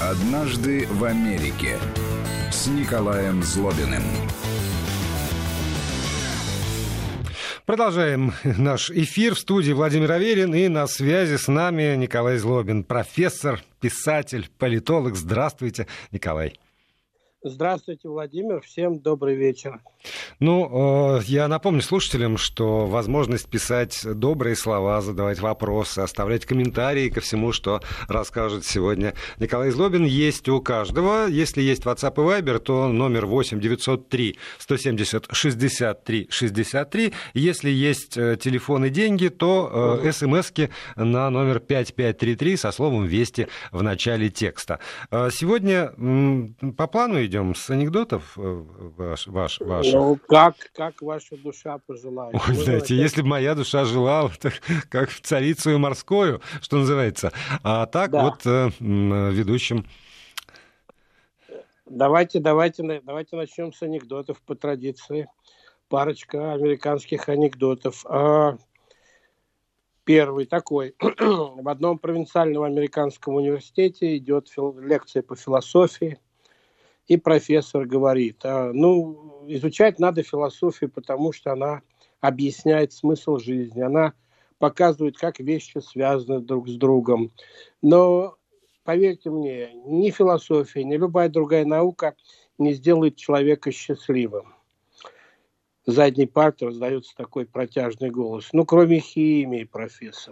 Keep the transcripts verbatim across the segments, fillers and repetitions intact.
«Однажды в Америке» с Николаем Злобиным. Продолжаем наш эфир. В студии Владимир Аверин, и на связи с нами Николай Злобин, профессор, писатель, политолог. Здравствуйте, Николай. Здравствуйте, Владимир. Всем добрый вечер. Ну, я напомню слушателям, что возможность писать добрые слова, задавать вопросы, оставлять комментарии ко всему, что расскажет сегодня Николай Злобин, есть у каждого. Если есть WhatsApp и Viber, то номер восемь девятьсот три сто семьдесят шестьдесят три шестьдесят три. Если есть телефон и деньги, то э, смски на номер пять пять три три со словом «Вести» в начале текста. Сегодня м, по плану идем с анекдотов ваш, ваш, ваших. Ну, как, как ваша душа пожелает. Ой, знаете, начать... если бы моя душа желала, то как в царицу морскую, что называется. А так да. вот э, ведущим. Давайте, давайте, давайте начнем с анекдотов по традиции. Парочка американских анекдотов. Первый такой. В одном провинциальном американском университете идет лекция по философии. И профессор говорит, ну, изучать надо философию, потому что она объясняет смысл жизни, она показывает, как вещи связаны друг с другом. Но, поверьте мне, ни философия, ни любая другая наука не сделает человека счастливым. В задней парте раздается такой протяжный голос. Ну, кроме химии, профессор.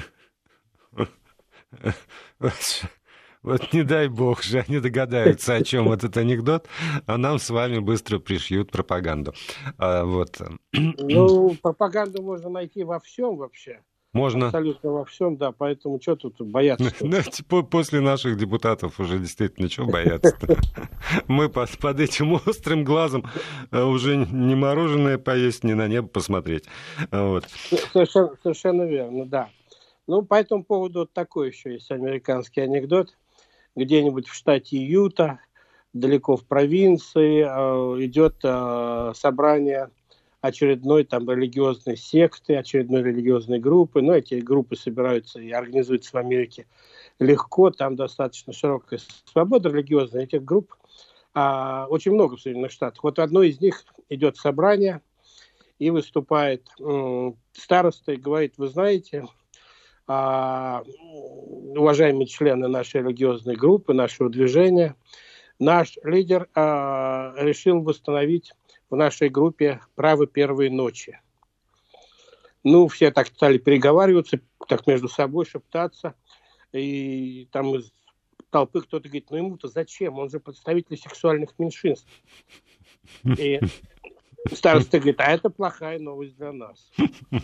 Вот не дай бог же, они догадаются, о чем этот анекдот, а нам с вами быстро пришьют пропаганду. А, вот. Ну, пропаганду можно найти во всем вообще. Можно. Абсолютно во всем, да, поэтому что тут бояться? Ну, типа, после наших депутатов уже действительно, чего бояться-то? Мы под, под этим острым глазом уже не мороженое поесть, не на небо посмотреть. Вот. Совершенно, совершенно верно, да. Ну, по этому поводу вот такой еще есть американский анекдот. Где-нибудь в штате Юта, далеко в провинции, идет собрание очередной там религиозной секты, очередной религиозной группы. Но эти группы собираются и организуются в Америке легко, там достаточно широкая свобода религиозная. Этих групп а, очень много в Соединенных Штатах. Вот в одной из них идет собрание, и выступает м, староста и говорит, вы знаете... А, уважаемые члены нашей религиозной группы, нашего движения, наш лидер а, решил восстановить в нашей группе право первой ночи. Ну, все так стали переговариваться, так между собой шептаться, и там из толпы кто-то говорит, ну ему-то зачем, он же представитель сексуальных меньшинств. И староста говорит, а это плохая новость для нас.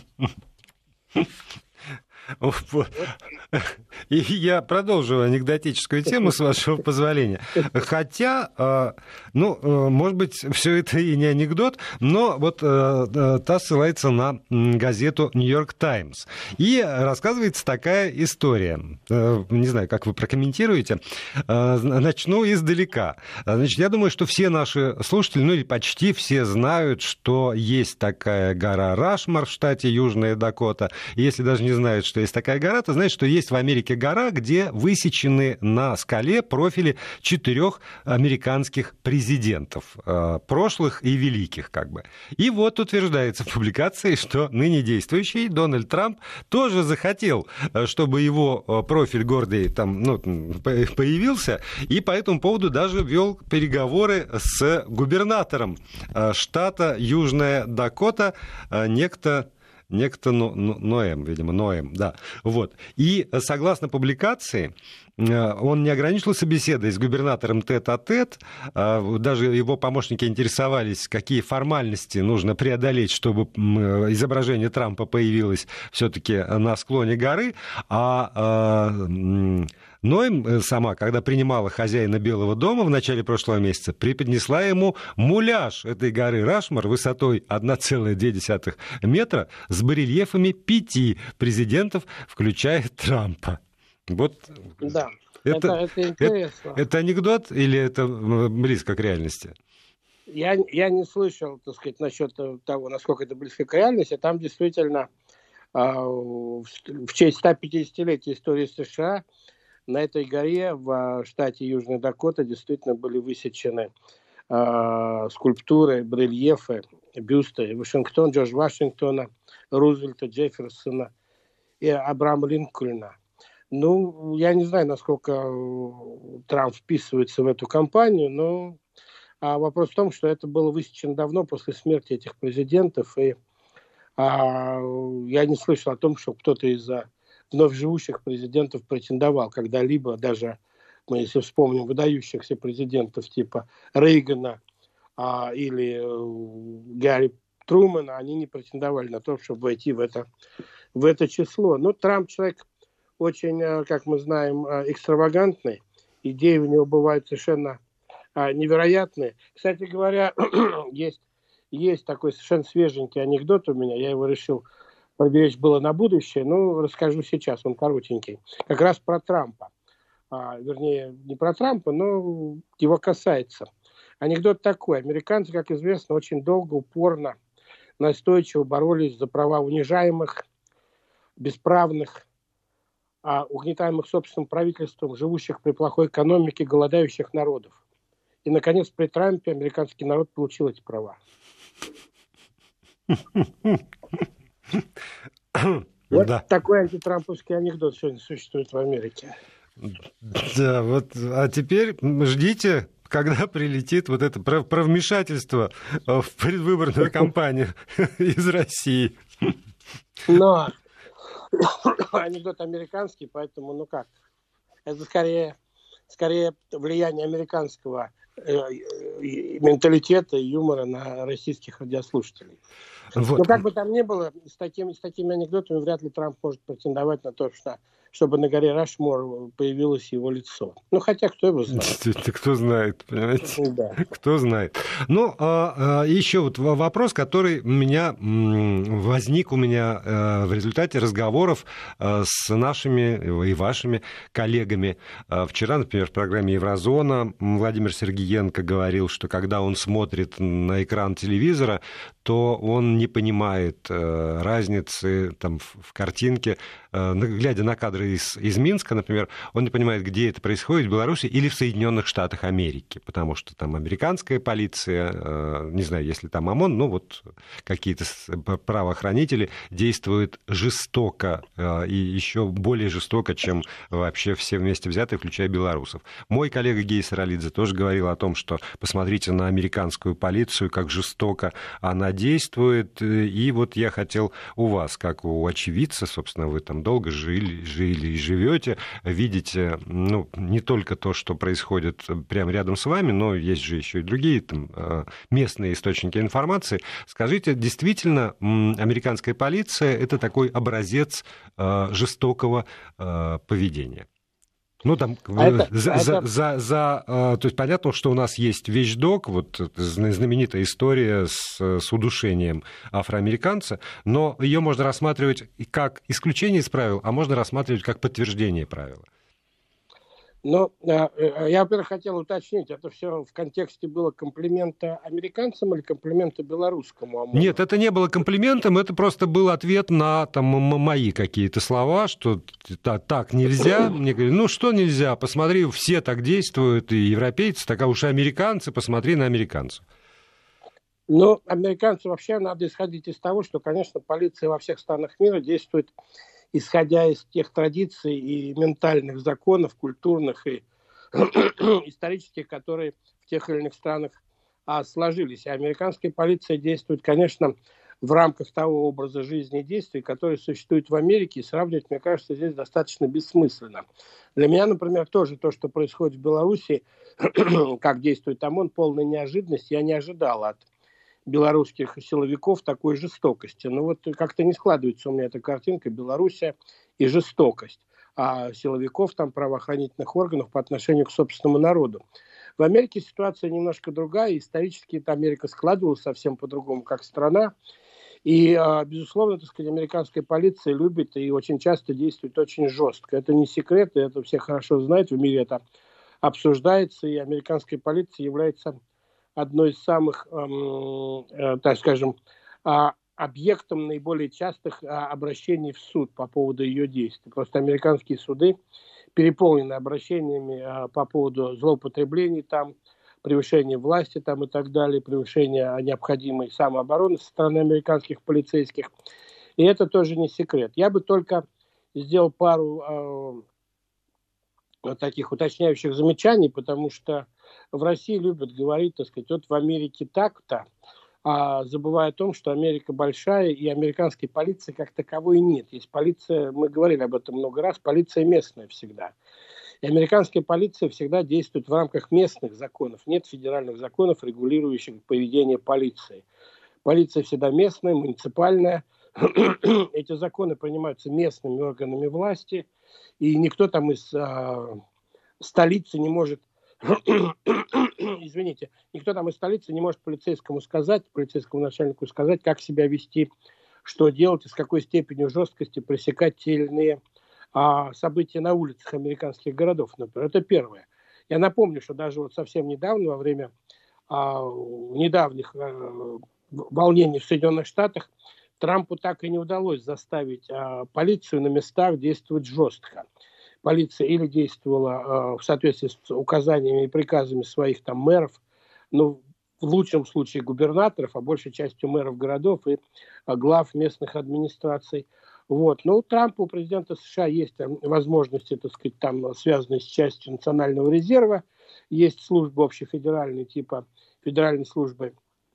И я продолжу анекдотическую тему, с вашего позволения. Хотя, ну, может быть, все это и не анекдот, но вот та ссылается на газету «Нью-Йорк Таймс». И рассказывается такая история. Не знаю, как вы прокомментируете. Начну издалека. Значит, я думаю, что все наши слушатели, ну или почти все знают, что есть такая гора Рашмор в штате Южная Дакота. И если даже не знают, что есть такая гора, то знаете, что есть в Америке гора, где высечены на скале профили четырех американских президентов, э, прошлых и великих, как бы. И вот утверждается в публикации, что ныне действующий Дональд Трамп тоже захотел, чтобы его профиль гордый там, ну, появился, и по этому поводу даже вел переговоры с губернатором штата Южная Дакота, некто Некто Но, Но, Ноэм, видимо, Ноэм, да. Вот. И согласно публикации, он не ограничился беседой с губернатором тет-а-тет, даже его помощники интересовались, какие формальности нужно преодолеть, чтобы изображение Трампа появилось все-таки на склоне горы, а Ноэм сама, когда принимала хозяина Белого дома в начале прошлого месяца, преподнесла ему муляж этой горы Рашмор высотой одна целая две десятых метра с барельефами пяти президентов, включая Трампа. Вот. Да, это, это, это интересно. Это, это анекдот или это близко к реальности? Я, я не слышал, так сказать, насчет того, насколько это близко к реальности. Там действительно в честь ста пятидесятилетия истории США на этой горе в штате Южная Дакота действительно были высечены э, скульптуры, барельефы, бюсты Вашингтона, Джорджа Вашингтона, Рузвельта, Джефферсона и Абрама Линкольна. Ну, я не знаю, насколько Трамп вписывается в эту кампанию, но а вопрос в том, что это было высечено давно после смерти этих президентов, и а, я не слышал о том, что кто-то из вновь живущих президентов претендовал когда-либо, даже мы, если вспомним выдающихся президентов типа Рейгана а, или Гарри Трумэна, они не претендовали на то, чтобы войти в это, в это число. Но Трамп человек очень, как мы знаем, экстравагантный, идеи у него бывают совершенно невероятные. Кстати говоря, есть, есть такой совершенно свеженький анекдот у меня, я его решил поберечь было на будущее, но расскажу сейчас, он коротенький. Как раз про Трампа. А, вернее, не про Трампа, но его касается. Анекдот такой. Американцы, как известно, очень долго, упорно, настойчиво боролись за права унижаемых, бесправных, а угнетаемых собственным правительством, живущих при плохой экономике, голодающих народов. И, наконец, при Трампе американский народ получил эти права. Вот да. Такой антитрамповский анекдот сегодня существует в Америке. Да, вот, а теперь ждите, когда прилетит вот это про, про вмешательство в предвыборную кампанию из России. Но анекдот американский, поэтому, ну как, это скорее, скорее влияние американского э, менталитета и юмора на российских радиослушателей. Вот. Но как бы там ни было, с, таким, с такими анекдотами вряд ли Трамп может претендовать на то, что, чтобы на горе Рашмор появилось его лицо. Ну, хотя кто его знает. Кто знает, понимаете? Да. Кто знает. Ну, а, а, еще вот вопрос, который у меня возник у меня а, в результате разговоров а, с нашими и вашими коллегами. А, вчера, например, в программе «Еврозона» Владимир Сергиенко говорил, что когда он смотрит на экран телевизора, то он не понимает э, разницы там, в, в картинке, э, глядя на кадры из, из Минска, например, он не понимает, где это происходит, в Беларуси или в Соединенных Штатах Америки, потому что там американская полиция, э, не знаю, если там ОМОН, ну вот какие-то правоохранители действуют жестоко э, и еще более жестоко, чем вообще все вместе взятые, включая белорусов. Мой коллега Гей Саралидзе тоже говорил о том, что посмотрите на американскую полицию, как жестоко она действует, и вот я хотел у вас, как у очевидца, собственно, вы там долго жили, жили и живете, видите, ну, не только то, что происходит прямо рядом с вами, но есть же еще и другие там местные источники информации. Скажите, действительно, американская полиция — это такой образец жестокого поведения? Ну, там, а это, за, а за, это... за, за, то есть понятно, что у нас есть вещдок, вот знаменитая история с, с удушением афроамериканца, но ее можно рассматривать как исключение из правил, а можно рассматривать как подтверждение правила. Ну, я, во-первых, хотел уточнить, это все в контексте было комплимента американцам или комплимента белорусскому ОМОНу? Нет, это не было комплиментом, это просто был ответ на там, мои какие-то слова, что так нельзя. Мне говорят, ну что нельзя, посмотри, все так действуют, и европейцы, так а уж и американцы, посмотри на американцев. Ну, американцам вообще надо исходить из того, что, конечно, полиция во всех странах мира действует исходя из тех традиций и ментальных законов, культурных и исторических, которые в тех или иных странах а, сложились. И американская полиция действует, конечно, в рамках того образа жизни и действий, который существует в Америке, и сравнивать, мне кажется, здесь достаточно бессмысленно. Для меня, например, тоже то, что происходит в Беларуси, как действует ОМОН, полная неожиданность. Я не ожидал от белорусских силовиков такой жестокости. Но вот как-то не складывается у меня эта картинка Белоруссия и жестокость, а силовиков, там, правоохранительных органов по отношению к собственному народу. В Америке ситуация немножко другая. Исторически Америка складывалась совсем по-другому как страна. И, безусловно, так сказать, американская полиция любит и очень часто действует очень жестко. Это не секрет, и это все хорошо знают. В мире это обсуждается, и американская полиция является одной из самых, эм, э, так скажем, э, объектом наиболее частых э, обращений в суд по поводу ее действий. Просто американские суды переполнены обращениями а, по поводу злоупотреблений там, превышения власти там и так далее, превышения необходимой самообороны со стороны американских полицейских. И это тоже не секрет. Я бы только сделал пару э, таких уточняющих замечаний, потому что в России любят говорить, так сказать, вот в Америке так-то, а забывая о том, что Америка большая, и американской полиции как таковой нет. Есть полиция, мы говорили об этом много раз, полиция местная всегда. И американская полиция всегда действует в рамках местных законов. Нет федеральных законов, регулирующих поведение полиции. Полиция всегда местная, муниципальная. Эти законы принимаются местными органами власти, и никто там из а, столицы не может, извините, никто там из столицы не может полицейскому сказать, полицейскому начальнику сказать, как себя вести, что делать и с какой степенью жесткости пресекать те или иные а, события на улицах американских городов, например. Это первое. Я напомню, что даже вот совсем недавно, во время а, недавних а, волнений в Соединенных Штатах, Трампу так и не удалось заставить а, полицию на местах действовать жестко. Полиция или действовала а, в соответствии с указаниями и приказами своих там мэров, ну, в лучшем случае губернаторов, а большей частью мэров городов и а, глав местных администраций. Вот. Но у Трампа, у президента США, есть там возможности, так сказать, там, связанные с частью Национального резерва, есть службы общефедеральные, типа Федеральной службы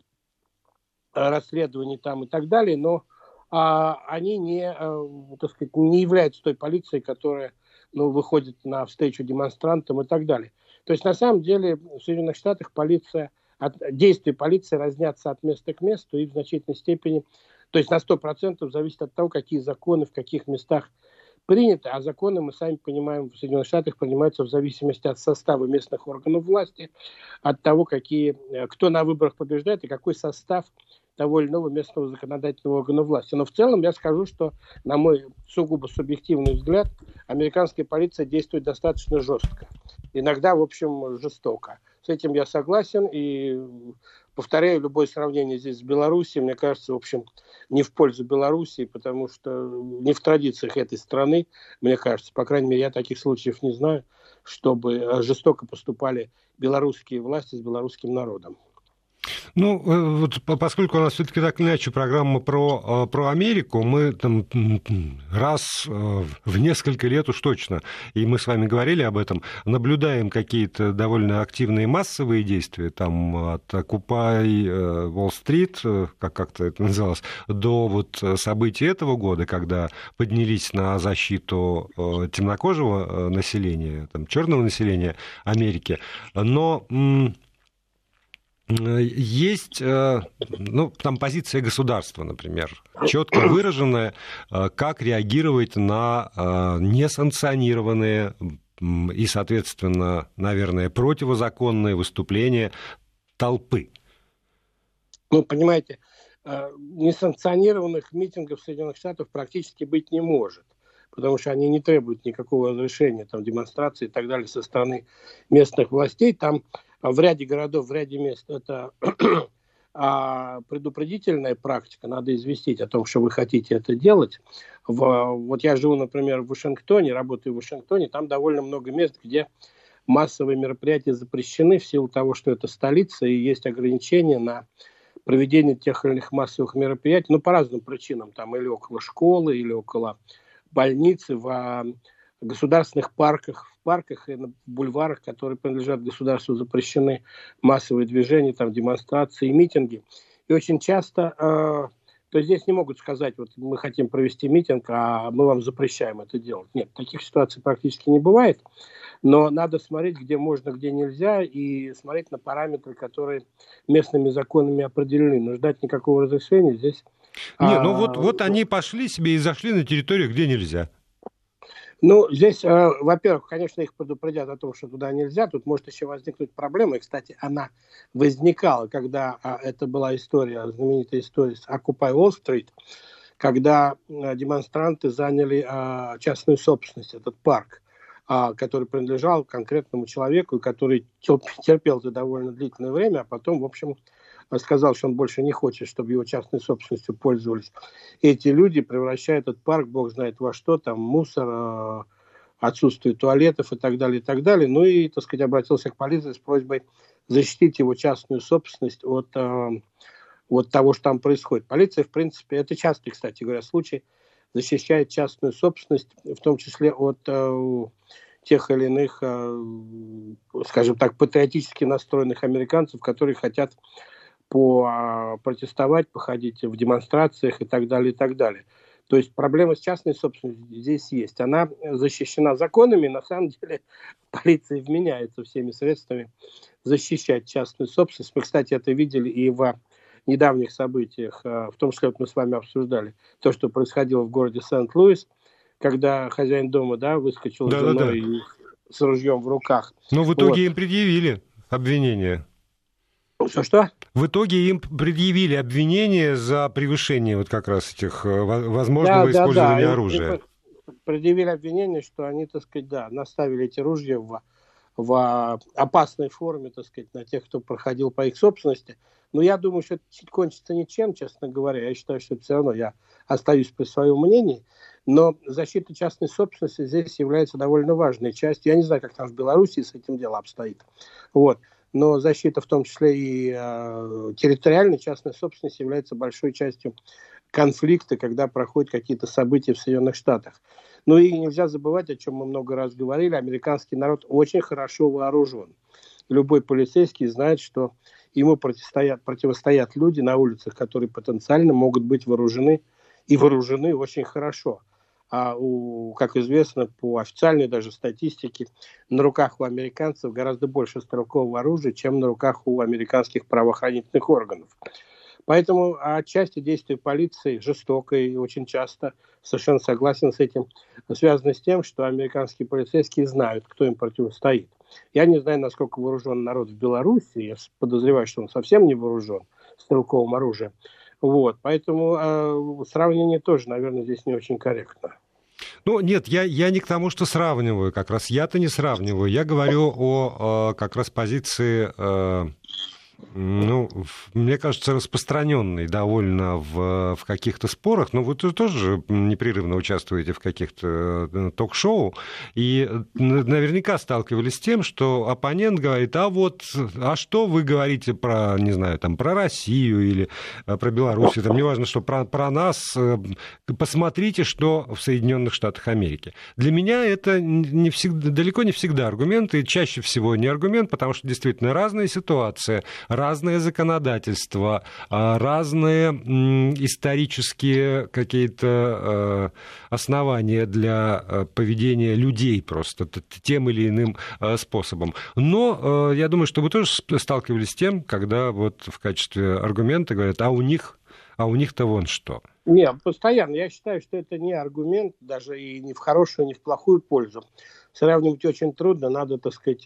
расследований там и так далее, но а, они не, а, так сказать, не являются той полицией, которая, ну, выходит на встречу демонстрантам и так далее. То есть на самом деле в Соединенных Штатах полиция, от, действия полиции разнятся от места к месту и в значительной степени, то есть на сто процентов зависит от того, какие законы в каких местах приняты, а законы, мы сами понимаем, в Соединенных Штатах принимаются в зависимости от состава местных органов власти, от того, какие, кто на выборах побеждает и какой состав того или иного местного законодательного органа власти. Но в целом я скажу, что, на мой сугубо субъективный взгляд, американская полиция действует достаточно жестко. Иногда, в общем, жестоко. С этим я согласен и повторяю, любое сравнение здесь с Белоруссией, мне кажется, в общем, не в пользу Белоруссии, потому что не в традициях этой страны, мне кажется, по крайней мере, я таких случаев не знаю, чтобы жестоко поступали белорусские власти с белорусским народом. Ну, вот поскольку у нас все-таки так или иначе программа про, про Америку, мы там раз в несколько лет уж точно, и мы с вами говорили об этом, наблюдаем какие-то довольно активные массовые действия, там от Occupy Wall-Street, как как-то это называлось, до вот событий этого года, когда поднялись на защиту темнокожего населения, там, черного населения Америки, но есть, ну, там позиция государства, например, четко выраженная, как реагировать на несанкционированные и, соответственно, наверное, противозаконные выступления толпы. Ну, понимаете, несанкционированных митингов в Соединенных Штатах практически быть не может, потому что они не требуют никакого разрешения, там, демонстраций и так далее со стороны местных властей. Там в ряде городов, в ряде мест это а, предупредительная практика, надо известить о том, что вы хотите это делать. В, вот я живу, например, в Вашингтоне, работаю в Вашингтоне, там довольно много мест, где массовые мероприятия запрещены в силу того, что это столица, и есть ограничения на проведение тех или иных массовых мероприятий, ну, по разным причинам, там или около школы, или около больницы, в государственных парках, в парках и на бульварах, которые принадлежат государству, запрещены массовые движения, там, демонстрации, митинги. И очень часто, э, то здесь не могут сказать, вот мы хотим провести митинг, а мы вам запрещаем это делать. Нет, таких ситуаций практически не бывает, но надо смотреть, где можно, где нельзя, и смотреть на параметры, которые местными законами определены. Но ждать никакого разрешения здесь... Не, ну вот, вот они пошли себе и зашли на территорию, где нельзя. Ну, здесь, э, во-первых, конечно, их предупредят о том, что туда нельзя. Тут может еще возникнуть проблема. И, кстати, она возникала, когда э, это была история, знаменитая история с Occupy Wall Street, когда э, демонстранты заняли э, частную собственность, этот парк, э, который принадлежал конкретному человеку, который терпел это довольно длительное время, а потом, в общем, сказал, что он больше не хочет, чтобы его частной собственностью пользовались эти люди, превращая этот парк, бог знает во что, там мусор, отсутствие туалетов и так далее, и так далее. Ну и, так сказать, обратился к полиции с просьбой защитить его частную собственность от, э, от того, что там происходит. Полиция, в принципе, это частый, кстати говоря, случай, защищает частную собственность, в том числе от э, тех или иных, э, скажем так, патриотически настроенных американцев, которые хотят по, протестовать, походить в демонстрациях и так далее, и так далее. То есть проблема с частной собственностью здесь есть. Она защищена законами, на самом деле полиция вменяется всеми средствами защищать частную собственность. Мы, кстати, это видели и в недавних событиях, в том числе вот мы с вами обсуждали то, что происходило в городе Сент-Луис, когда хозяин дома, да, выскочил с женой с ружьем в руках. Но в итоге вот. им предъявили обвинение. Что-что? В итоге им предъявили обвинение за превышение вот как раз этих возможного да, использования да, да. оружия. Им предъявили обвинение, что они, так сказать, да, наставили эти ружья в, в опасной форме, так сказать, на тех, кто проходил по их собственности. Но я думаю, что это кончится ничем, честно говоря. Я считаю, что это все равно я остаюсь при своем мнении. Но защита частной собственности здесь является довольно важной частью. Я не знаю, как там в Беларуси с этим делом обстоит. Вот. Но защита, в том числе и э, территориальной частной собственности, является большой частью конфликта, когда проходят какие-то события в Соединенных Штатах. Ну и нельзя забывать, о чем мы много раз говорили, американский народ очень хорошо вооружен. Любой полицейский знает, что ему противостоят, противостоят люди на улицах, которые потенциально могут быть вооружены и вооружены очень хорошо. А у, как известно, по официальной даже статистике, на руках у американцев гораздо больше стрелкового оружия, чем на руках у американских правоохранительных органов. Поэтому отчасти действия полиции жестокое и очень часто, совершенно согласен с этим, связано с тем, что американские полицейские знают, кто им противостоит. Я не знаю, насколько вооружен народ в Беларуси, я подозреваю, что он совсем не вооружен стрелковым оружием. Вот, поэтому э, сравнение тоже, наверное, здесь не очень корректно. Ну, нет, я, я не к тому, что сравниваю, как раз я-то не сравниваю. Я говорю о, о как раз позиции, э, ну, мне кажется, распространенной довольно в, в каких-то спорах. Но вы тоже непрерывно участвуете в каких-то ток-шоу, и наверняка сталкивались с тем, что оппонент говорит, а вот, а что вы говорите про, не знаю, там, про Россию или про Беларусь, там, неважно, что про, про нас, посмотрите, что в Соединенных Штатах Америки. Для меня это не всегда, далеко не всегда аргумент, и чаще всего не аргумент, потому что действительно разные ситуации, разное законодательство, разные исторические какие-то основания для поведения людей просто тем или иным способом. Но я думаю, что вы тоже сталкивались с тем, когда вот в качестве аргумента говорят, а у них, а у них-то вон что. Нет, постоянно. Я считаю, что это не аргумент, даже и не в хорошую, не в плохую пользу. Сравнивать очень трудно, надо, так сказать...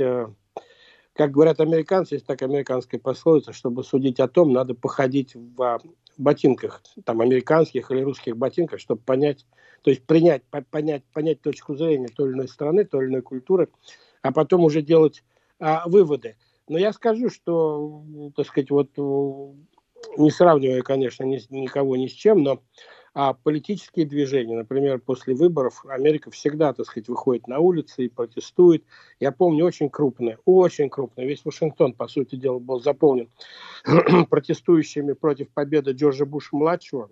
Как говорят американцы, есть так американская пословица, чтобы судить о том, надо походить в ботинках, там, американских или русских ботинках, чтобы понять, то есть принять, понять, понять точку зрения той или иной страны, той или иной культуры, а потом уже делать а, выводы. Но я скажу, что, так сказать, вот не сравнивая, конечно, ни, никого ни с чем, но а политические движения, например, после выборов Америка всегда, так сказать, выходит на улицы и протестует. Я помню, очень крупные, очень крупные. Весь Вашингтон, по сути дела, был заполнен протестующими против победы Джорджа Буша-младшего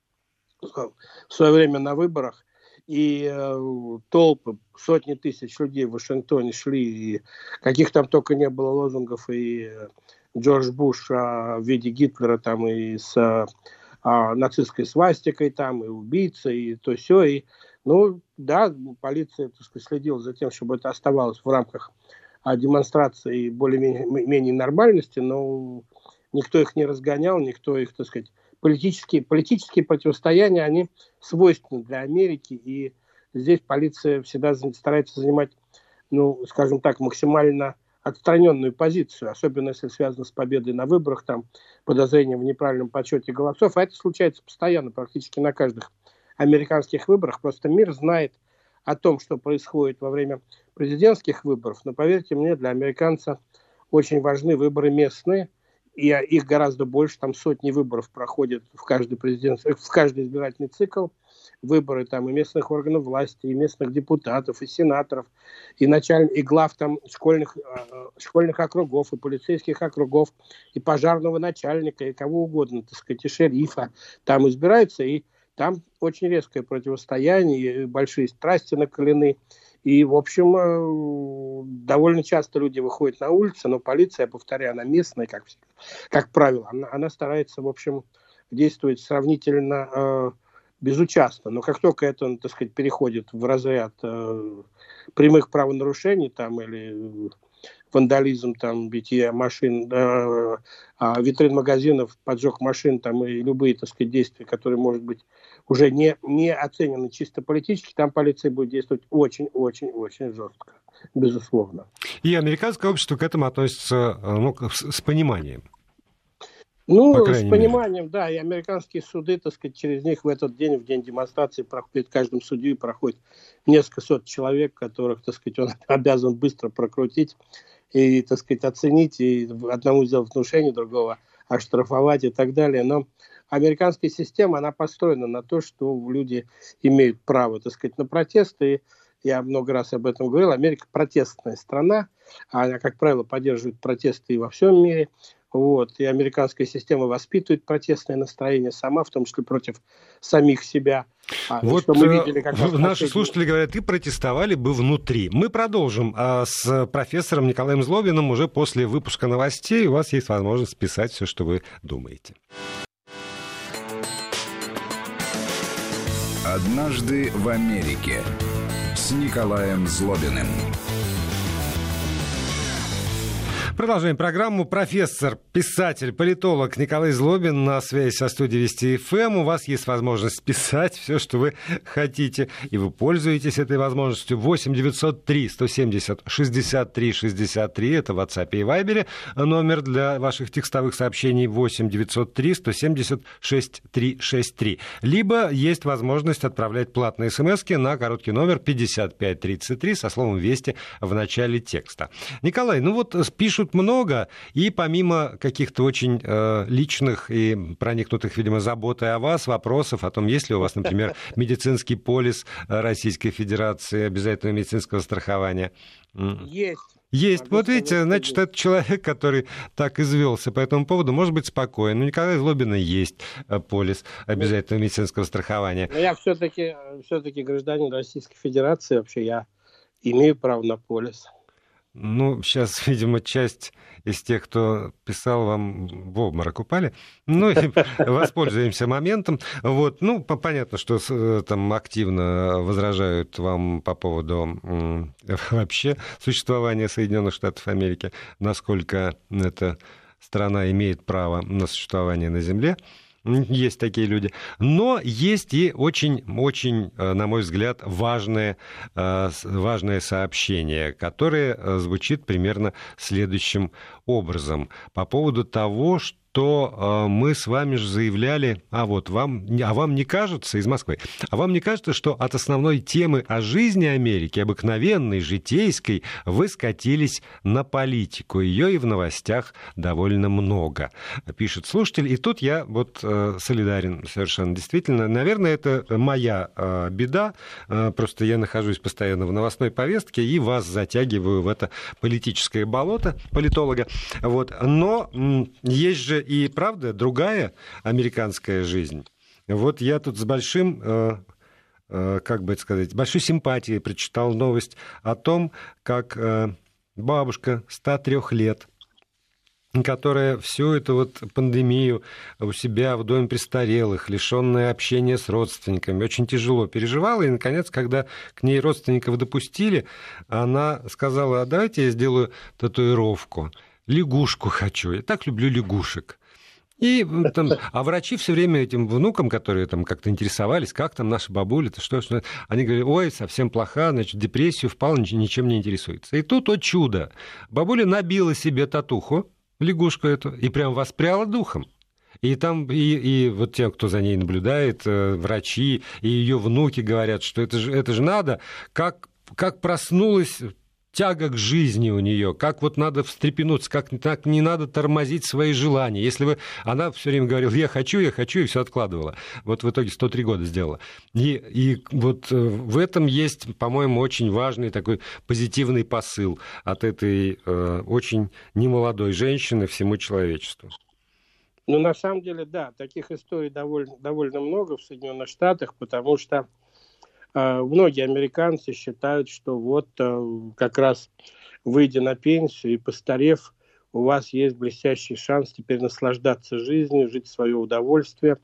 в свое время на выборах. И э, толпы, сотни тысяч людей в Вашингтоне шли, и каких там только не было лозунгов, и э, Джордж Буш э, в виде Гитлера там и с... Э, нацистской свастикой, там, и убийца, и то сё. И, ну, да, полиция, так сказать, следила за тем, чтобы это оставалось в рамках а, демонстрации более-менее нормальности, но никто их не разгонял, никто их, так сказать, политические, политические противостояния, они свойственны для Америки, и здесь полиция всегда старается занимать, ну, скажем так, максимально отстраненную позицию, особенно если связано с победой на выборах, там, подозрением в неправильном подсчете голосов, а это случается постоянно, практически на каждых американских выборах. Просто мир знает о том, что происходит во время президентских выборов, но, поверьте мне, для американца очень важны выборы местные, и их гораздо больше, там сотни выборов проходят в каждый, президент, в каждый избирательный цикл, выборы там и местных органов власти, и местных депутатов, и сенаторов, и началь... и глав там школьных, школьных округов, и полицейских округов, и пожарного начальника, и кого угодно, так сказать, и шерифа там избираются, и там очень резкое противостояние, и большие страсти накалены. И, в общем, довольно часто люди выходят на улицы, но полиция, я повторяю, она местная, как, как правило. Она, она старается, в общем, действовать сравнительно э, безучастно. Но как только это, так сказать, переходит в разряд э, прямых правонарушений там, или вандализм, там, битье машин, э, э, витрин магазинов, поджог машин там, и любые, так сказать, действия, которые, может быть, уже не, не оценены чисто политически, там полиция будет действовать очень-очень-очень жестко, безусловно. И американское общество к этому относится, ну, с, с пониманием. Ну, с пониманием, мере. Да, и американские суды, так сказать, через них в этот день, в день демонстрации, проходит каждым судьей проходит несколько сот человек, которых, так сказать, он обязан быстро прокрутить и, так сказать, оценить, и одному сделать внушение, другого оштрафовать и так далее. Но американская система, она построена на то, что люди имеют право, так сказать, на протесты. Я много раз об этом говорил. Америка протестная страна. Она, как правило, поддерживает протесты и во всем мире. Вот. И американская система воспитывает протестное настроение сама, в том числе против самих себя. Вот что мы видели, как наши последние... слушатели говорят, и протестовали бы внутри. Мы продолжим а, с профессором Николаем Злобиным уже после выпуска новостей. У вас есть возможность писать все, что вы думаете. «Однажды в Америке» с Николаем Злобиным. Продолжаем программу. Профессор, писатель, политолог Николай Злобин на связи со студией Вести эф эм. У вас есть возможность писать все, что вы хотите, и вы пользуетесь этой возможностью. восемь девятьсот три сто семьдесят шестьдесят три шестьдесят три. Это в WhatsApp и Viber. Номер для ваших текстовых сообщений восемь девятьсот три сто семьдесят шестьдесят три шестьдесят три. Либо есть возможность отправлять платные смски на короткий номер пятьдесят пять тридцать три со словом «Вести» в начале текста. Николай, ну вот пишут много, и помимо каких-то очень э, личных и проникнутых, видимо, заботой о вас, вопросов о том, есть ли у вас, например, медицинский полис Российской Федерации, обязательного медицинского страхования. Есть. Есть. Вот видите, значит, это человек, который так извелся по этому поводу, может быть спокоен. У Николая Злобина есть полис обязательного медицинского страхования. Но я все-таки, все-таки гражданин Российской Федерации, вообще я имею право на полис. Ну, сейчас, видимо, часть из тех, кто писал вам, в обморок упали. Ну, и воспользуемся моментом. Вот. Ну, понятно, что там активно возражают вам по поводу вообще существования Соединенных Штатов Америки, насколько эта страна имеет право на существование на Земле. Есть такие люди. Но есть и очень-очень, на мой взгляд, важное, важное сообщение, которое звучит примерно следующим образом. По поводу того, что то мы с вами же заявляли, а вот вам, а вам не кажется, из Москвы, а вам не кажется, что от основной темы о жизни Америки, обыкновенной, житейской, вы скатились на политику? Ее и в новостях довольно много, пишет слушатель. И тут я вот солидарен совершенно. Действительно, наверное, это моя беда. Просто я нахожусь постоянно в новостной повестке и вас затягиваю в это политическое болото политолога. Вот. Но есть же и, правда, другая американская жизнь. Вот я тут с большим, э, э, как бы это сказать, большой симпатией прочитал новость о том, как э, бабушка ста трёх лет, которая всю эту вот пандемию у себя в доме престарелых, лишенная общения с родственниками, очень тяжело переживала. И, наконец, когда к ней родственников допустили, она сказала: а давайте я сделаю татуировку. Лягушку хочу. Я так люблю лягушек. И, там, а врачи все время этим внукам, которые там как-то интересовались, как там наша бабуля-то, что, что, они говорили: ой, совсем плоха, значит, в депрессию впала, ничем не интересуется. И тут, о чудо, бабуля набила себе татуху, лягушку эту, и прям воспряла духом. И там, и, и вот те, кто за ней наблюдает, врачи, и ее внуки говорят, что это же, это же надо, как, как проснулась тяга к жизни у нее, как вот надо встрепенуться, как так не надо тормозить свои желания. Если вы... Она все время говорила, я хочу, я хочу, и все откладывала. Вот в итоге сто три года сделала. И, и вот в этом есть, по-моему, очень важный такой позитивный посыл от этой э, очень немолодой женщины всему человечеству. Ну, на самом деле, да, таких историй довольно, довольно много в Соединенных Штатах, потому что э, многие американцы считают, что вот э, как раз выйдя на пенсию и постарев, у вас есть блестящий шанс теперь наслаждаться жизнью, жить в свое удовольствие.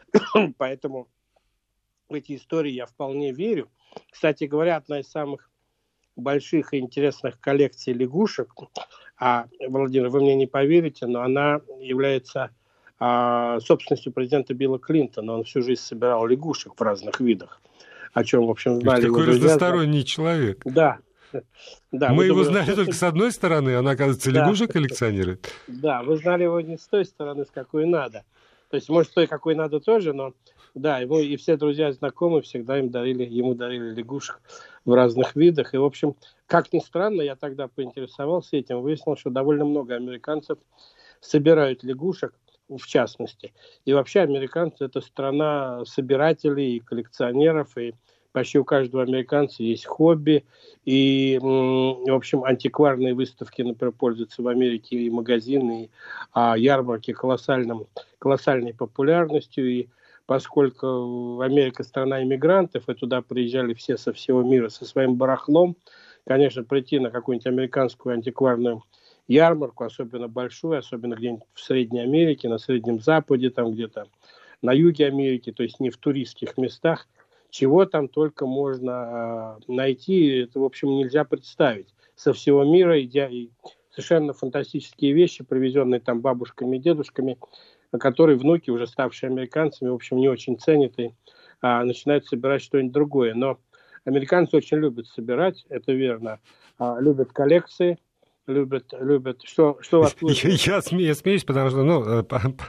Поэтому в эти истории я вполне верю. Кстати говоря, одна из самых больших и интересных коллекций лягушек, а, Владимир, вы мне не поверите, но она является а, собственностью президента Билла Клинтона. Он всю жизнь собирал лягушек в разных видах, о чем, в общем, знали его друзья. Такой разносторонний да. человек. Да. Да, мы его думали, знали только с одной стороны, она, оказывается, да. лягушек коллекционирует. Да, вы знали его не с той стороны, с какой надо. То есть, может, с той, какой надо тоже, но да, ему и все друзья, знакомые всегда им дарили, ему дарили лягушек в разных видах. И, в общем, как ни странно, я тогда поинтересовался этим, выяснил, что довольно много американцев собирают лягушек, в частности. И вообще американцы – это страна собирателей и коллекционеров, и почти у каждого американца есть хобби. И, в общем, антикварные выставки, например, пользуются в Америке и магазины, и а, ярмарки колоссальным, колоссальной популярностью. И поскольку Америка страна иммигрантов, и туда приезжали все со всего мира со своим барахлом, конечно, прийти на какую-нибудь американскую антикварную ярмарку, особенно большую, особенно где-нибудь в Средней Америке, на Среднем Западе, там где-то на юге Америки, то есть не в туристских местах, чего там только можно э, найти, это, в общем, нельзя представить. Со всего мира идя, и совершенно фантастические вещи, привезенные там бабушками и дедушками, которые внуки, уже ставшие американцами, в общем, не очень ценят и а, начинают собирать что-нибудь другое. Но американцы очень любят собирать, это верно, а, любят коллекции, любят, любят. Что, что вас я, я, смею, я смеюсь, потому что ну,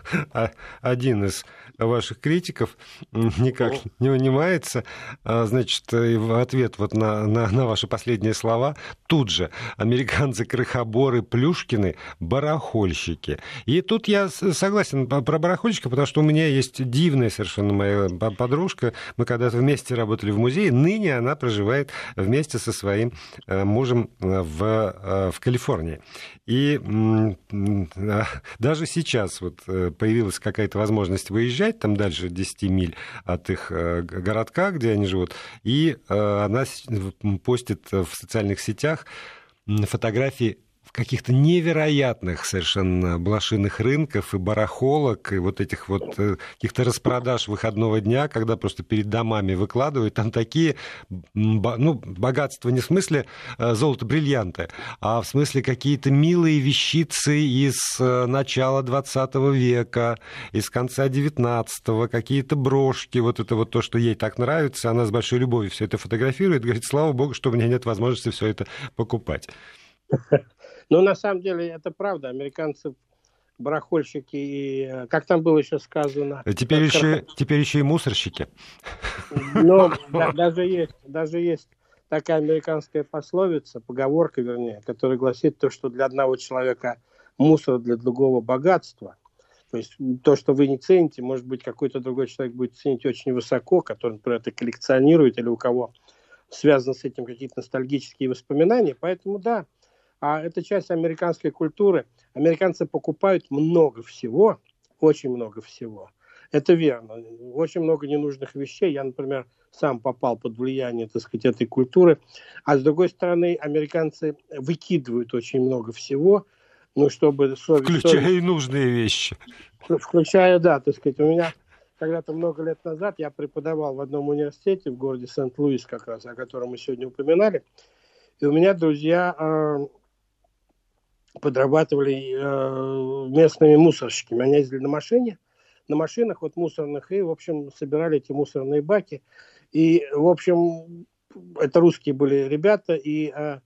один из ваших критиков никак О. не унимается. Значит, в ответ вот на, на, на ваши последние слова тут же американцы крохоборы, Плюшкины, барахольщики. И тут я согласен про барахольщика, потому что у меня есть дивная совершенно моя подружка. Мы когда-то вместе работали в музее. Ныне она проживает вместе со своим мужем в, в Калифорнии. И даже сейчас вот появилась какая-то возможность выезжать там дальше десять миль от их городка, где они живут, и она постит в социальных сетях фотографии каких-то невероятных совершенно блошиных рынков и барахолок, и вот этих вот каких-то распродаж выходного дня, когда просто перед домами выкладывают, там такие, ну, богатства не в смысле золото-бриллианты, а в смысле какие-то милые вещицы из начала двадцатого века, из конца девятнадцатого, какие-то брошки, вот это вот то, что ей так нравится, она с большой любовью все это фотографирует, говорит, слава богу, что у меня нет возможности все это покупать. Ну, на самом деле, это правда. Американцы барахольщики, и, как там было еще сказано... Теперь, еще, теперь еще и мусорщики. Ну, да, даже, есть, даже есть такая американская пословица, поговорка, вернее, которая гласит то, что для одного человека мусор, для другого богатство. То есть то, что вы не цените, может быть, какой-то другой человек будет ценить очень высоко, который, например, это коллекционирует, или у кого связаны с этим какие-то ностальгические воспоминания. Поэтому, да, а это часть американской культуры. Американцы покупают много всего, очень много всего. Это верно. Очень много ненужных вещей. Я, например, сам попал под влияние, так сказать, этой культуры. А с другой стороны, американцы выкидывают очень много всего, ну, чтобы... Включая совесть... и нужные вещи. Включая, да, так сказать. У меня когда-то много лет назад я преподавал в одном университете в городе Сент-Луис, как раз, о котором мы сегодня упоминали. И у меня друзья... подрабатывали э, местными мусорщиками. Они ездили на машине, на машинах вот мусорных, и, в общем, собирали эти мусорные баки. И, в общем, это русские были ребята, и э,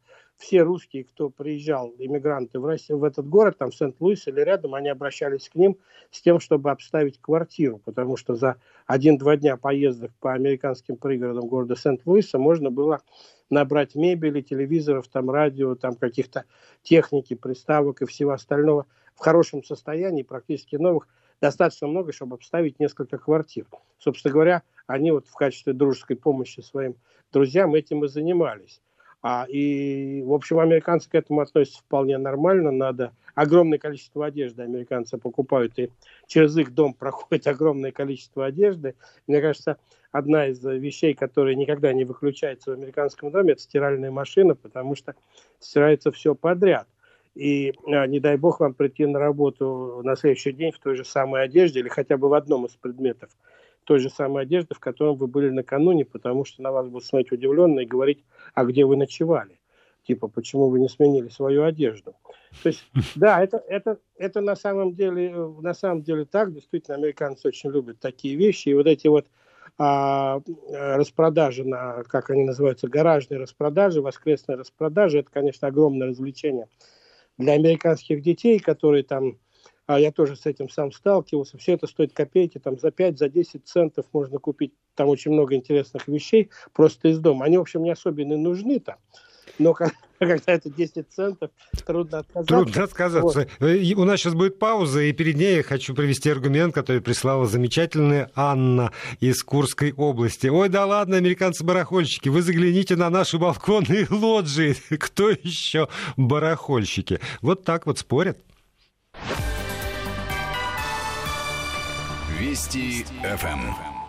все русские, кто приезжал, иммигранты в Россию, в этот город, там, в Сент-Луис или рядом, они обращались к ним с тем, чтобы обставить квартиру, потому что за один-два дня поездок по американским пригородам города Сент-Луиса можно было набрать мебели, телевизоров, там, радио, там, каких-то техники, приставок и всего остального в хорошем состоянии, практически новых, достаточно много, чтобы обставить несколько квартир. Собственно говоря, они вот в качестве дружеской помощи своим друзьям этим и занимались. А, и, в общем, американцы к этому относятся вполне нормально. Надо огромное количество одежды американцы покупают, и через их дом проходит огромное количество одежды. Мне кажется, одна из вещей, которая никогда не выключается в американском доме, это стиральная машина, потому что стирается все подряд. И а, не дай бог вам прийти на работу на следующий день в той же самой одежде или хотя бы в одном из предметов той же самой одежды, в котором вы были накануне, потому что на вас будут смотреть удивленно и говорить, а где вы ночевали? Типа, почему вы не сменили свою одежду? То есть, да, это, это, это на самом деле, на самом деле так. Действительно, американцы очень любят такие вещи. И вот эти вот а, распродажи, на, как они называются, гаражные распродажи, воскресные распродажи, это, конечно, огромное развлечение для американских детей, которые там, а я тоже с этим сам сталкивался, все это стоит копейки, там за пять, за десять центов можно купить там очень много интересных вещей просто из дома. Они, в общем, не особенно нужны там, но когда это десять центов, трудно отказаться. Трудно отказаться. Вот. У нас сейчас будет пауза, и перед ней я хочу привести аргумент, который прислала замечательная Анна из Курской области. Ой, да ладно, американцы-барахольщики, вы загляните на наши балконные лоджии. Кто еще барахольщики? Вот так вот спорят. Вести эф эм.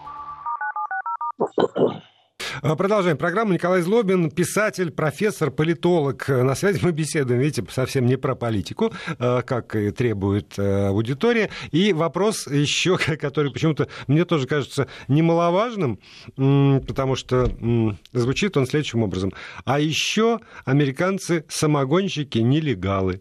Продолжаем программу. Николай Злобин, писатель, профессор, политолог. На связи мы беседуем, видите, совсем не про политику, как и требует аудитория. И вопрос еще, который почему-то мне тоже кажется немаловажным, потому что звучит он следующим образом. А еще американцы самогонщики, нелегалы.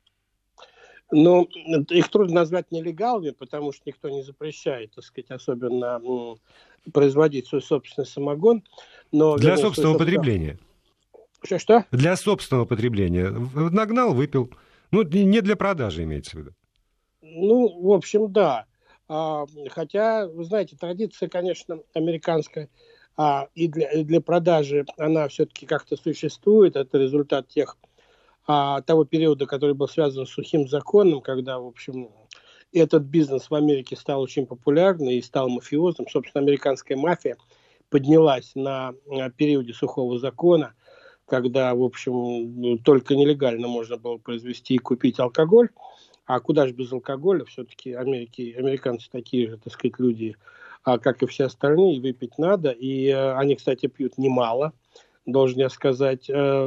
Ну, их трудно назвать нелегалами, потому что никто не запрещает, так сказать, особенно м, производить свой собственный самогон. Но, Для вернее, собственного свой, потребления. Что-что? Для собственного потребления. Нагнал, выпил. Ну, не для продажи, имеется в виду. Ну, в общем, да. А, хотя, вы знаете, традиция, конечно, американская, а, и, для, и для продажи она все-таки как-то существует. Это результат тех А, того периода, который был связан с сухим законом, когда, в общем, этот бизнес в Америке стал очень популярным и стал мафиозным. Собственно, американская мафия поднялась на, на периоде сухого закона, когда, в общем, только нелегально можно было произвести и купить алкоголь. А куда же без алкоголя? Все-таки Америки, американцы такие же, так сказать, люди, а, как и все остальные, и выпить надо. И а, они, кстати, пьют немало. Должен я сказать,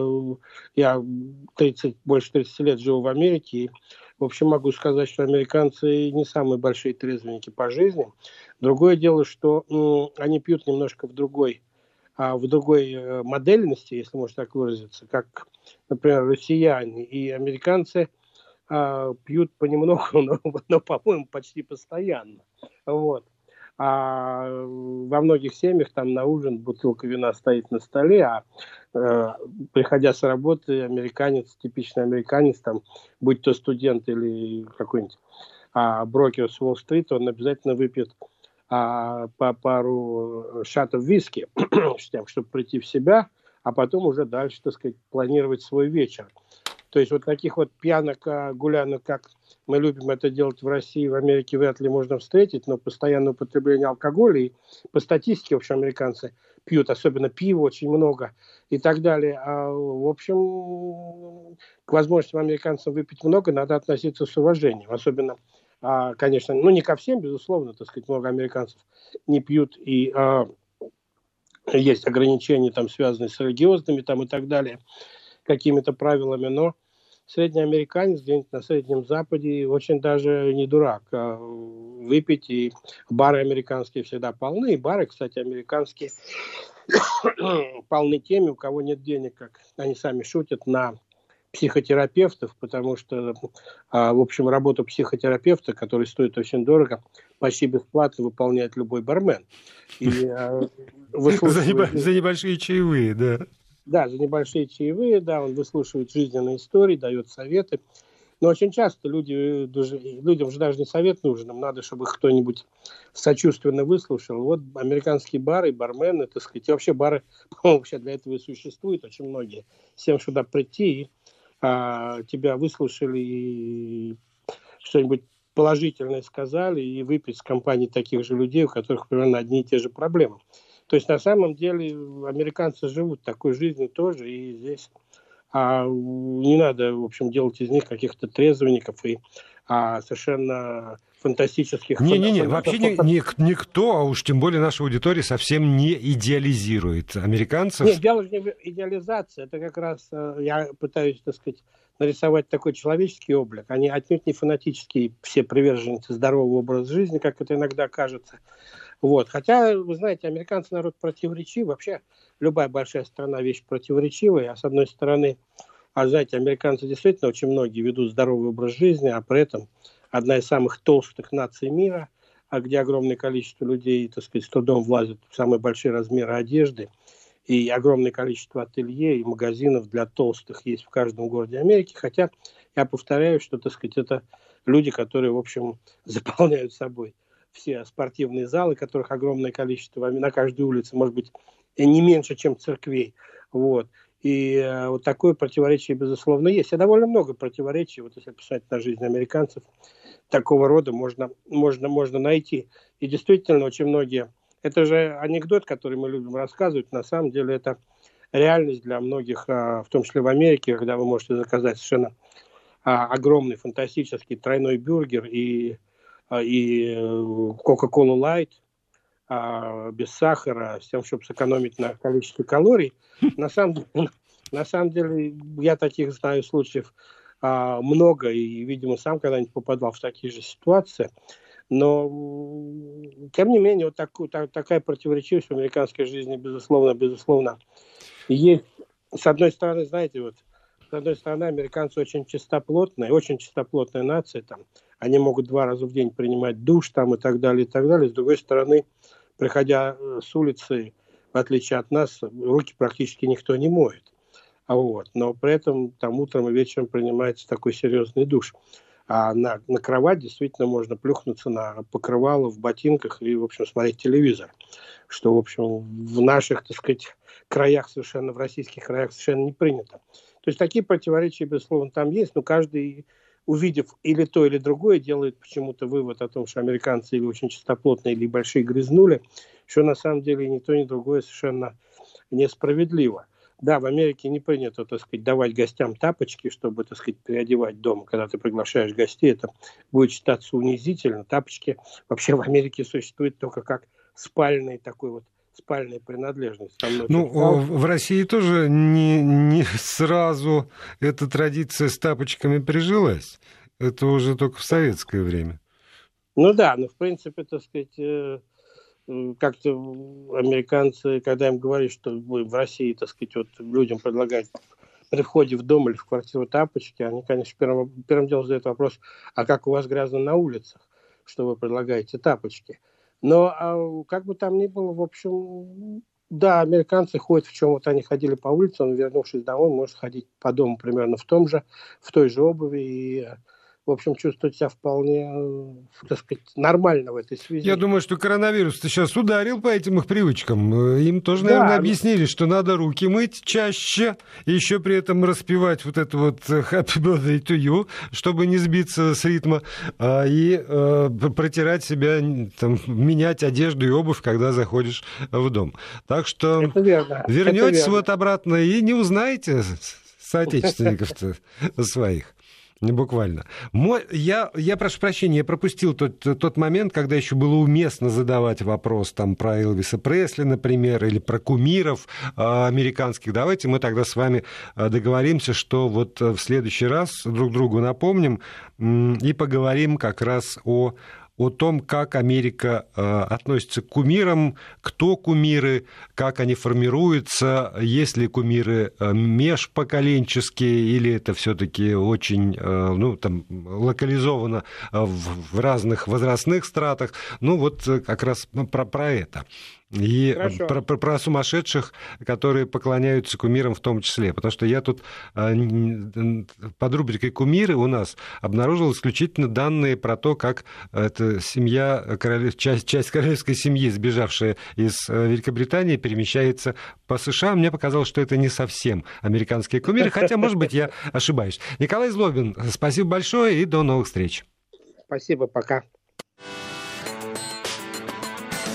я тридцать, больше тридцати лет живу в Америке, и, в общем, могу сказать, что американцы не самые большие трезвенники по жизни. Другое дело, что м, они пьют немножко в другой, а, в другой модельности, если можно так выразиться, как, например, россияне и американцы а, пьют понемногу, но, но, по-моему, почти постоянно. Вот. А во многих семьях там на ужин бутылка вина стоит на столе, а э, приходя с работы, американец, типичный американец, там, будь то студент или какой-нибудь а, брокер с Уолл-стрит, он обязательно выпьет а, по пару шатов виски, чтобы прийти в себя, а потом уже дальше, так сказать, планировать свой вечер. То есть вот таких вот пьянок, гулянок, как мы любим это делать в России, в Америке вряд ли можно встретить, но постоянное употребление алкоголя, и по статистике, в общем, американцы пьют, особенно пиво очень много и так далее. А, в общем, к возможностям американцам выпить много надо относиться с уважением, особенно, а, конечно, ну не ко всем, безусловно, так сказать, много американцев не пьют, и а, есть ограничения, там, связанные с религиозными там, и так далее, какими-то правилами, но средний американец где-нибудь на Среднем Западе очень даже не дурак а выпить, и бары американские всегда полны, и бары, кстати, американские полны теми, у кого нет денег, как они сами шутят, на психотерапевтов, потому что, а, в общем, работу психотерапевта, который стоит очень дорого, почти бесплатно выполняет любой бармен. И, а, выслушивает... за, небо... за небольшие чаевые, да. да, за небольшие чаевые, да, он выслушивает жизненные истории, дает советы. Но очень часто люди, людям же даже не совет нужен, им надо, чтобы их кто-нибудь сочувственно выслушал. Вот американские бары, бармены, так сказать, и вообще бары, по-моему, вообще для этого и существуют очень многие. Всем сюда прийти, и а, тебя выслушали, и что-нибудь положительное сказали, и выпить с компанией таких же людей, у которых примерно одни и те же проблемы. То есть на самом деле американцы живут такой жизнью тоже, и здесь... А не надо, в общем, делать из них каких-то трезвенников и а, совершенно фантастических... Не-не-не, фан... вообще ни, ни, никто, а уж тем более наша аудитория, совсем не идеализирует американцев. Нет, дело же не в идеализации, это как раз я пытаюсь, так сказать, нарисовать такой человеческий облик. Они отнюдь не фанатические все приверженцы здорового образа жизни, как это иногда кажется. Вот. Хотя, вы знаете, американцы народ противоречивый. Вообще, любая большая страна вещь противоречивая. А с одной стороны, а знаете, американцы действительно очень многие ведут здоровый образ жизни, а при этом одна из самых толстых наций мира, а где огромное количество людей, так сказать, с трудом влазят в самые большие размеры одежды, и огромное количество ателье и магазинов для толстых есть в каждом городе Америки. Хотя я повторяю, что, так сказать, это люди, которые, в общем, заполняют собой все спортивные залы, которых огромное количество на каждой улице, может быть, не меньше, чем церквей. Вот. И э, вот такое противоречие, безусловно, есть. И довольно много противоречий, вот если посмотреть на жизнь американцев, такого рода можно, можно, можно найти. И действительно, очень многие... Это же анекдот, который мы любим рассказывать. На самом деле, это реальность для многих, э, в том числе в Америке, когда вы можете заказать совершенно э, огромный, фантастический тройной бюргер и и Coca-Cola Light а, без сахара, с тем, чтобы сэкономить на количестве калорий. На самом, на самом деле, я таких знаю случаев а, много, и, видимо, сам когда-нибудь попадал в такие же ситуации. Но, тем не менее, вот так, так, такая противоречивость в американской жизни, безусловно, безусловно, есть. С одной стороны, знаете, вот, с одной стороны, американцы очень чистоплотная, очень чистоплотная нация, там, они могут два раза в день принимать душ там, и так далее, и так далее. С другой стороны, приходя с улицы, в отличие от нас, руки практически никто не моет. А вот. Но при этом там утром и вечером принимается такой серьезный душ. А на, на кровать действительно можно плюхнуться на покрывало в ботинках и, в общем, смотреть телевизор. Что, в общем, в наших, так сказать, краях совершенно, в российских краях совершенно не принято. То есть такие противоречия, безусловно, там есть, но каждый, увидев или то, или другое, делает почему-то вывод о том, что американцы или очень чистоплотные, или большие грязнули, что на самом деле ни то, ни другое совершенно несправедливо. Да, в Америке не принято, так сказать, давать гостям тапочки, чтобы, так сказать, переодевать дома. Когда ты приглашаешь гостей, это будет считаться унизительно. Тапочки вообще в Америке существуют только как спальный такой вот, спальная принадлежность. Ну, в России тоже не, не сразу эта традиция с тапочками прижилась. Это уже только в советское время. Ну да, но в принципе, так сказать, как-то американцы, когда им говорят, что в России, так сказать, вот людям предлагают при входе в дом или в квартиру тапочки, они, конечно, первым, первым делом задают вопрос, а как у вас грязно на улицах, что вы предлагаете тапочки? Но а, как бы там ни было, в общем, да, американцы ходят в чем вот они ходили по улицам, вернувшись домой, может ходить по дому примерно в том же, в той же обуви и, в общем, чувствовать себя вполне, так сказать, нормально в этой связи. Я думаю, что коронавирус сейчас ударил по этим их привычкам. Им тоже, наверное, да, объяснили, что надо руки мыть чаще, и еще при этом распевать вот это вот Happy Birthday to you, чтобы не сбиться с ритма, и э, протирать себя, там, менять одежду и обувь, когда заходишь в дом. Так что вернетесь вот обратно и не узнаете соотечественников-то своих. Буквально. Мой, я, я прошу прощения, я пропустил тот, тот момент, когда еще было уместно задавать вопрос там, про Элвиса Пресли, например, или про кумиров э, американских. Давайте мы тогда с вами договоримся, что вот в следующий раз друг другу напомним э, и поговорим как раз о... о том, как Америка э, относится к кумирам, кто кумиры, как они формируются, есть ли кумиры э, межпоколенческие, или это все-таки очень э, ну, там, локализовано в, в разных возрастных стратах. Ну, вот как раз про, про это. и про, про, про сумасшедших, которые поклоняются кумирам в том числе. Потому что я тут под рубрикой «Кумиры» у нас обнаружил исключительно данные про то, как эта семья, часть, часть королевской семьи, сбежавшая из Великобритании, перемещается по США. Мне показалось, что это не совсем американские кумиры, хотя, может быть, я ошибаюсь. Николай Злобин, спасибо большое и до новых встреч. Спасибо, пока.